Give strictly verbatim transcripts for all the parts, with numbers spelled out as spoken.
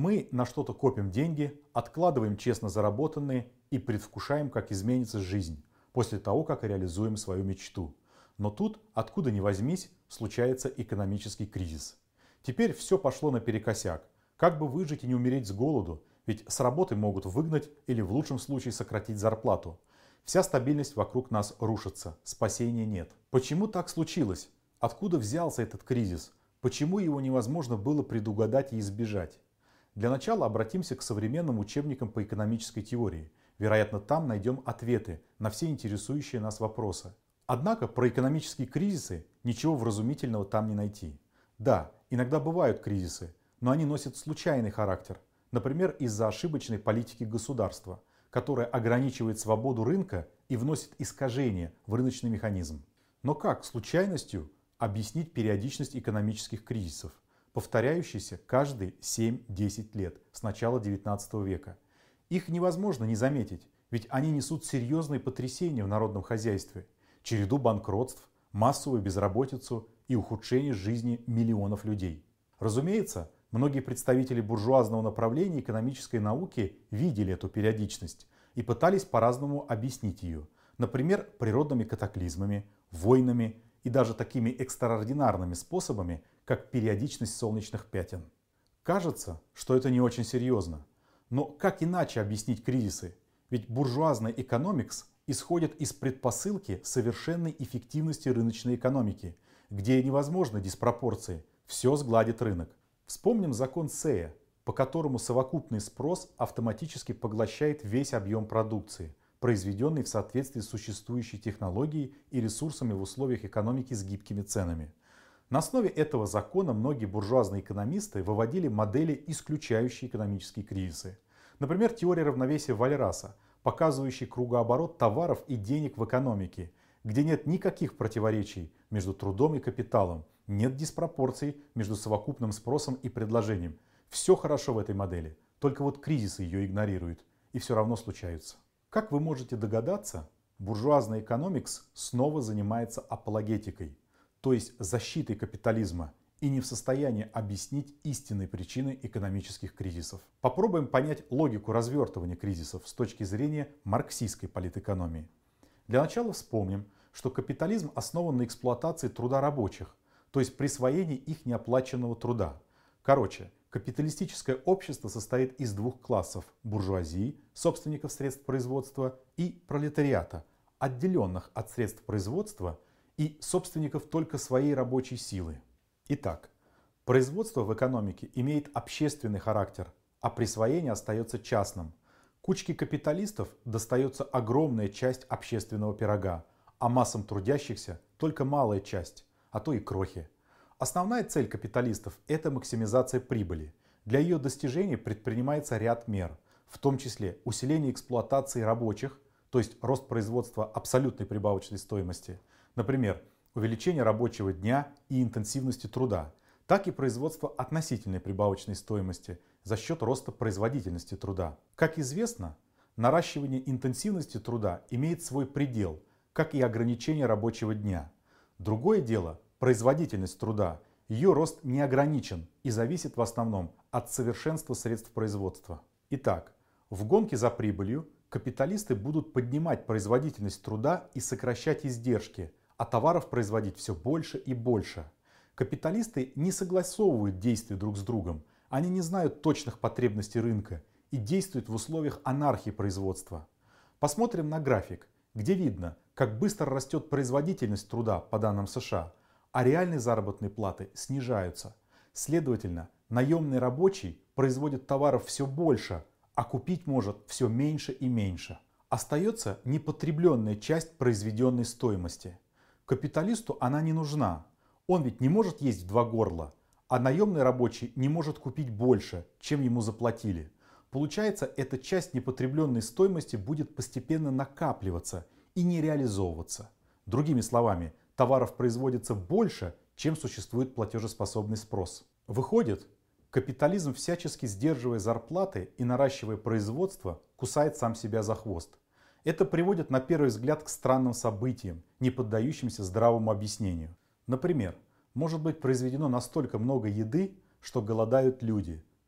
Мы на что-то копим деньги, откладываем честно заработанные и предвкушаем, как изменится жизнь после того, как реализуем свою мечту. Но тут, откуда ни возьмись, случается экономический кризис. Теперь все пошло наперекосяк. Как бы выжить и не умереть с голоду, ведь с работы могут выгнать или в лучшем случае сократить зарплату. Вся стабильность вокруг нас рушится, спасения нет. Почему так случилось? Откуда взялся этот кризис? Почему его невозможно было предугадать и избежать? Для начала обратимся к современным учебникам по экономической теории. Вероятно, там найдем ответы на все интересующие нас вопросы. Однако про экономические кризисы ничего вразумительного там не найти. Да, иногда бывают кризисы, но они носят случайный характер. Например, из-за ошибочной политики государства, которая ограничивает свободу рынка и вносит искажения в рыночный механизм. Но как случайностью объяснить периодичность экономических кризисов, повторяющихся каждые семь-десять лет с начала девятнадцатого века? Их невозможно не заметить, ведь они несут серьезные потрясения в народном хозяйстве, череду банкротств, массовую безработицу и ухудшение жизни миллионов людей. Разумеется, многие представители буржуазного направления экономической науки видели эту периодичность и пытались по-разному объяснить ее. Например, природными катаклизмами, войнами и даже такими экстраординарными способами, как периодичность солнечных пятен. Кажется, что это не очень серьезно. Но как иначе объяснить кризисы? Ведь буржуазный экономикс исходит из предпосылки совершенной эффективности рыночной экономики, где невозможны диспропорции, все сгладит рынок. Вспомним закон Сея, по которому совокупный спрос автоматически поглощает весь объем продукции, произведенный в соответствии с существующей технологией и ресурсами в условиях экономики с гибкими ценами. На основе этого закона многие буржуазные экономисты выводили модели, исключающие экономические кризисы. Например, теория равновесия Вальраса, показывающая кругооборот товаров и денег в экономике, где нет никаких противоречий между трудом и капиталом, нет диспропорций между совокупным спросом и предложением. Все хорошо в этой модели, только вот кризисы ее игнорируют, и все равно случаются. Как вы можете догадаться, буржуазный экономикс снова занимается апологетикой, то есть защитой капитализма, и не в состоянии объяснить истинные причины экономических кризисов. Попробуем понять логику развертывания кризисов с точки зрения марксистской политэкономии. Для начала вспомним, что капитализм основан на эксплуатации труда рабочих, то есть присвоении их неоплаченного труда. Короче, капиталистическое общество состоит из двух классов – буржуазии, собственников средств производства, и пролетариата, отделенных от средств производства и собственников только своей рабочей силы. Итак, производство в экономике имеет общественный характер, а присвоение остается частным. Кучке капиталистов достается огромная часть общественного пирога, а массам трудящихся только малая часть, а то и крохи. Основная цель капиталистов – это максимизация прибыли. Для ее достижения предпринимается ряд мер, в том числе усиление эксплуатации рабочих, то есть рост производства абсолютной прибавочной стоимости, например, увеличение рабочего дня и интенсивности труда, так и производство относительной прибавочной стоимости за счет роста производительности труда. Как известно, наращивание интенсивности труда имеет свой предел, как и ограничение рабочего дня. Другое дело – производительность труда. Ее рост не ограничен и зависит в основном от совершенства средств производства. Итак, в гонке за прибылью капиталисты будут поднимать производительность труда и сокращать издержки, а товаров производить все больше и больше. Капиталисты не согласовывают действия друг с другом, они не знают точных потребностей рынка и действуют в условиях анархии производства. Посмотрим на график, где видно, как быстро растет производительность труда по данным США, а реальные заработные платы снижаются. Следовательно, наемный рабочий производит товаров все больше, а купить может все меньше и меньше. Остается непотребленная часть произведенной стоимости. Капиталисту она не нужна. Он ведь не может есть в два горла, а наемный рабочий не может купить больше, чем ему заплатили. Получается, эта часть непотребленной стоимости будет постепенно накапливаться и не реализовываться. Другими словами, товаров производится больше, чем существует платежеспособный спрос. Выходит, капитализм, всячески сдерживая зарплаты и наращивая производство, кусает сам себя за хвост. Это приводит на первый взгляд к странным событиям, не поддающимся здравому объяснению. Например, может быть произведено настолько много еды, что голодают люди.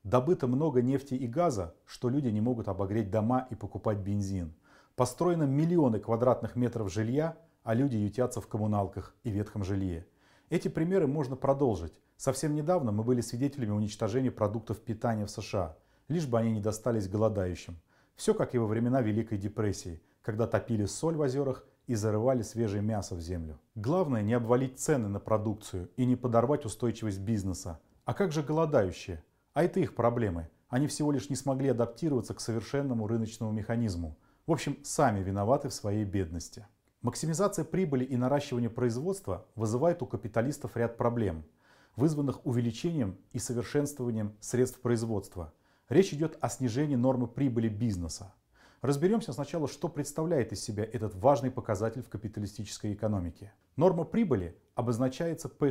Добыто много нефти и газа, что люди не могут обогреть дома и покупать бензин. Построено миллионы квадратных метров жилья, а люди ютятся в коммуналках и ветхом жилье. Эти примеры можно продолжить. Совсем недавно мы были свидетелями уничтожения продуктов питания в США, лишь бы они не достались голодающим. Все как и во времена Великой депрессии, когда топили соль в озерах и зарывали свежее мясо в землю. Главное не обвалить цены на продукцию и не подорвать устойчивость бизнеса. А как же голодающие? А это их проблемы. Они всего лишь не смогли адаптироваться к совершенному рыночному механизму. В общем, сами виноваты в своей бедности. Максимизация прибыли и наращивание производства вызывает у капиталистов ряд проблем, вызванных увеличением и совершенствованием средств производства. Речь идет о снижении нормы прибыли бизнеса. Разберемся сначала, что представляет из себя этот важный показатель в капиталистической экономике. Норма прибыли обозначается P'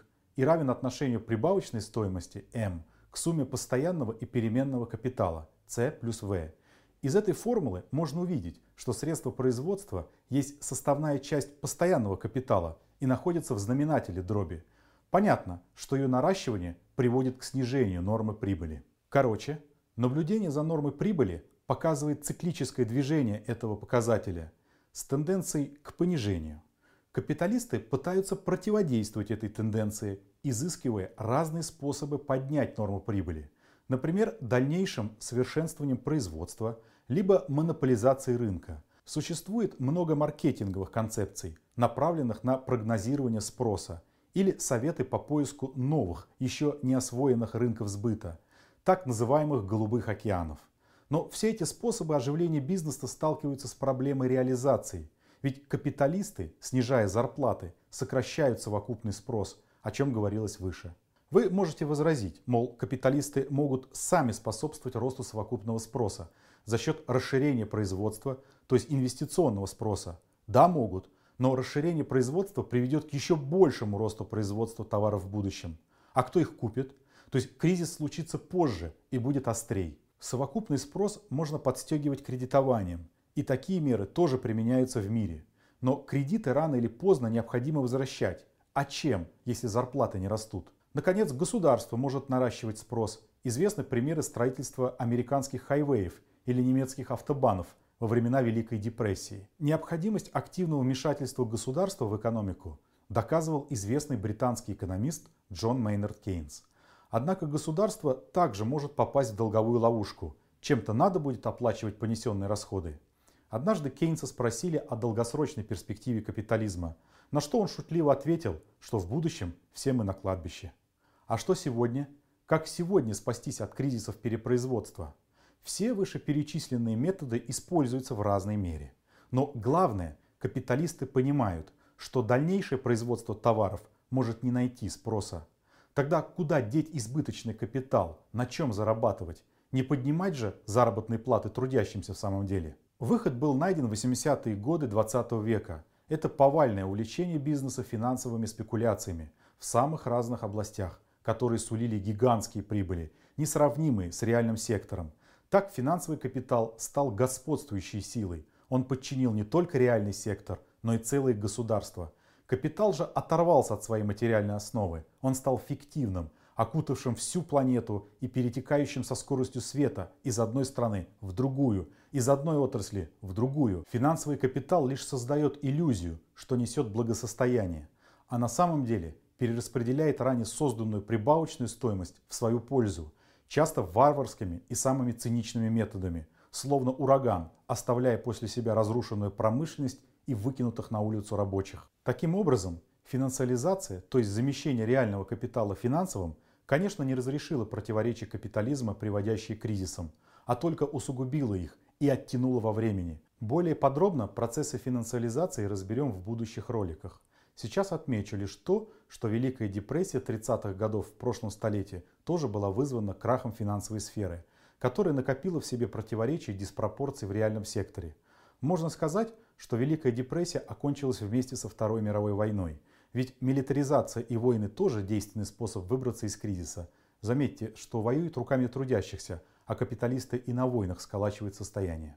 и равен отношению прибавочной стоимости M к сумме постоянного и переменного капитала C плюс V. Из этой формулы можно увидеть, что средства производства есть составная часть постоянного капитала и находится в знаменателе дроби. Понятно, что ее наращивание приводит к снижению нормы прибыли. Короче, наблюдение за нормой прибыли показывает циклическое движение этого показателя с тенденцией к понижению. Капиталисты пытаются противодействовать этой тенденции, изыскивая разные способы поднять норму прибыли. Например, дальнейшим совершенствованием производства, либо монополизацией рынка. Существует много маркетинговых концепций, направленных на прогнозирование спроса, или советы по поиску новых, еще не освоенных рынков сбыта, так называемых голубых океанов. Но все эти способы оживления бизнеса сталкиваются с проблемой реализации. Ведь капиталисты, снижая зарплаты, сокращают совокупный спрос, о чем говорилось выше. Вы можете возразить, мол, капиталисты могут сами способствовать росту совокупного спроса за счет расширения производства, то есть инвестиционного спроса. Да, могут, но расширение производства приведет к еще большему росту производства товаров в будущем. А кто их купит? То есть кризис случится позже и будет острей. Совокупный спрос можно подстегивать кредитованием, и такие меры тоже применяются в мире. Но кредиты рано или поздно необходимо возвращать. А чем, если зарплаты не растут? Наконец, государство может наращивать спрос. Известны примеры строительства американских хайвеев или немецких автобанов во времена Великой депрессии. Необходимость активного вмешательства государства в экономику доказывал известный британский экономист Джон Мейнард Кейнс. Однако государство также может попасть в долговую ловушку. Чем-то надо будет оплачивать понесенные расходы. Однажды Кейнса спросили о долгосрочной перспективе капитализма, на что он шутливо ответил, что в будущем все мы на кладбище. А что сегодня? Как сегодня спастись от кризисов перепроизводства? Все вышеперечисленные методы используются в разной мере. Но главное, капиталисты понимают, что дальнейшее производство товаров может не найти спроса. Тогда куда деть избыточный капитал? На чем зарабатывать? Не поднимать же заработные платы трудящимся в самом деле? Выход был найден в восьмидесятые годы двадцатого века. Это повальное увлечение бизнеса финансовыми спекуляциями в самых разных областях, которые сулили гигантские прибыли, несравнимые с реальным сектором. Так финансовый капитал стал господствующей силой. Он подчинил не только реальный сектор, но и целые государства. Капитал же оторвался от своей материальной основы. Он стал фиктивным, окутавшим всю планету и перетекающим со скоростью света из одной страны в другую, из одной отрасли в другую. Финансовый капитал лишь создает иллюзию, что несет благосостояние, а на самом деле перераспределяет ранее созданную прибавочную стоимость в свою пользу, часто варварскими и самыми циничными методами, словно ураган, оставляя после себя разрушенную промышленность и выкинутых на улицу рабочих. Таким образом, финансализация, то есть замещение реального капитала финансовым, конечно, не разрешила противоречия капитализма, приводящие к кризисам, а только усугубила их и оттянула во времени. Более подробно процессы финансализации разберем в будущих роликах. Сейчас отмечу лишь то, что Великая депрессия тридцатых годов в прошлом столетии тоже была вызвана крахом финансовой сферы, которая накопила в себе противоречия и диспропорции в реальном секторе. Можно сказать, что Великая депрессия окончилась вместе со Второй мировой войной. Ведь милитаризация и войны тоже действенный способ выбраться из кризиса. Заметьте, что воюют руками трудящихся, а капиталисты и на войнах сколачивают состояние.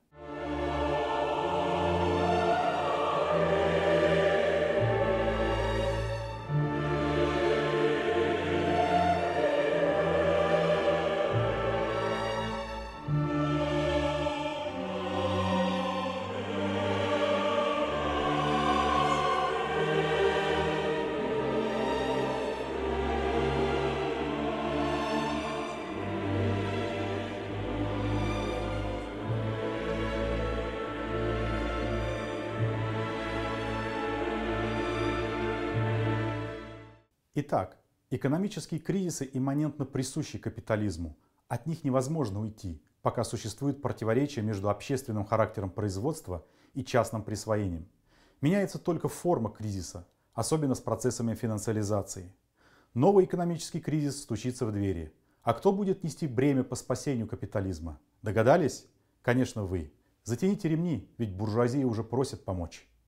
Итак, экономические кризисы имманентно присущи капитализму. От них невозможно уйти, пока существует противоречие между общественным характером производства и частным присвоением. Меняется только форма кризиса, особенно с процессами финансиализации. Новый экономический кризис стучится в двери. А кто будет нести бремя по спасению капитализма? Догадались? Конечно, вы. Затяните ремни, ведь буржуазия уже просит помочь.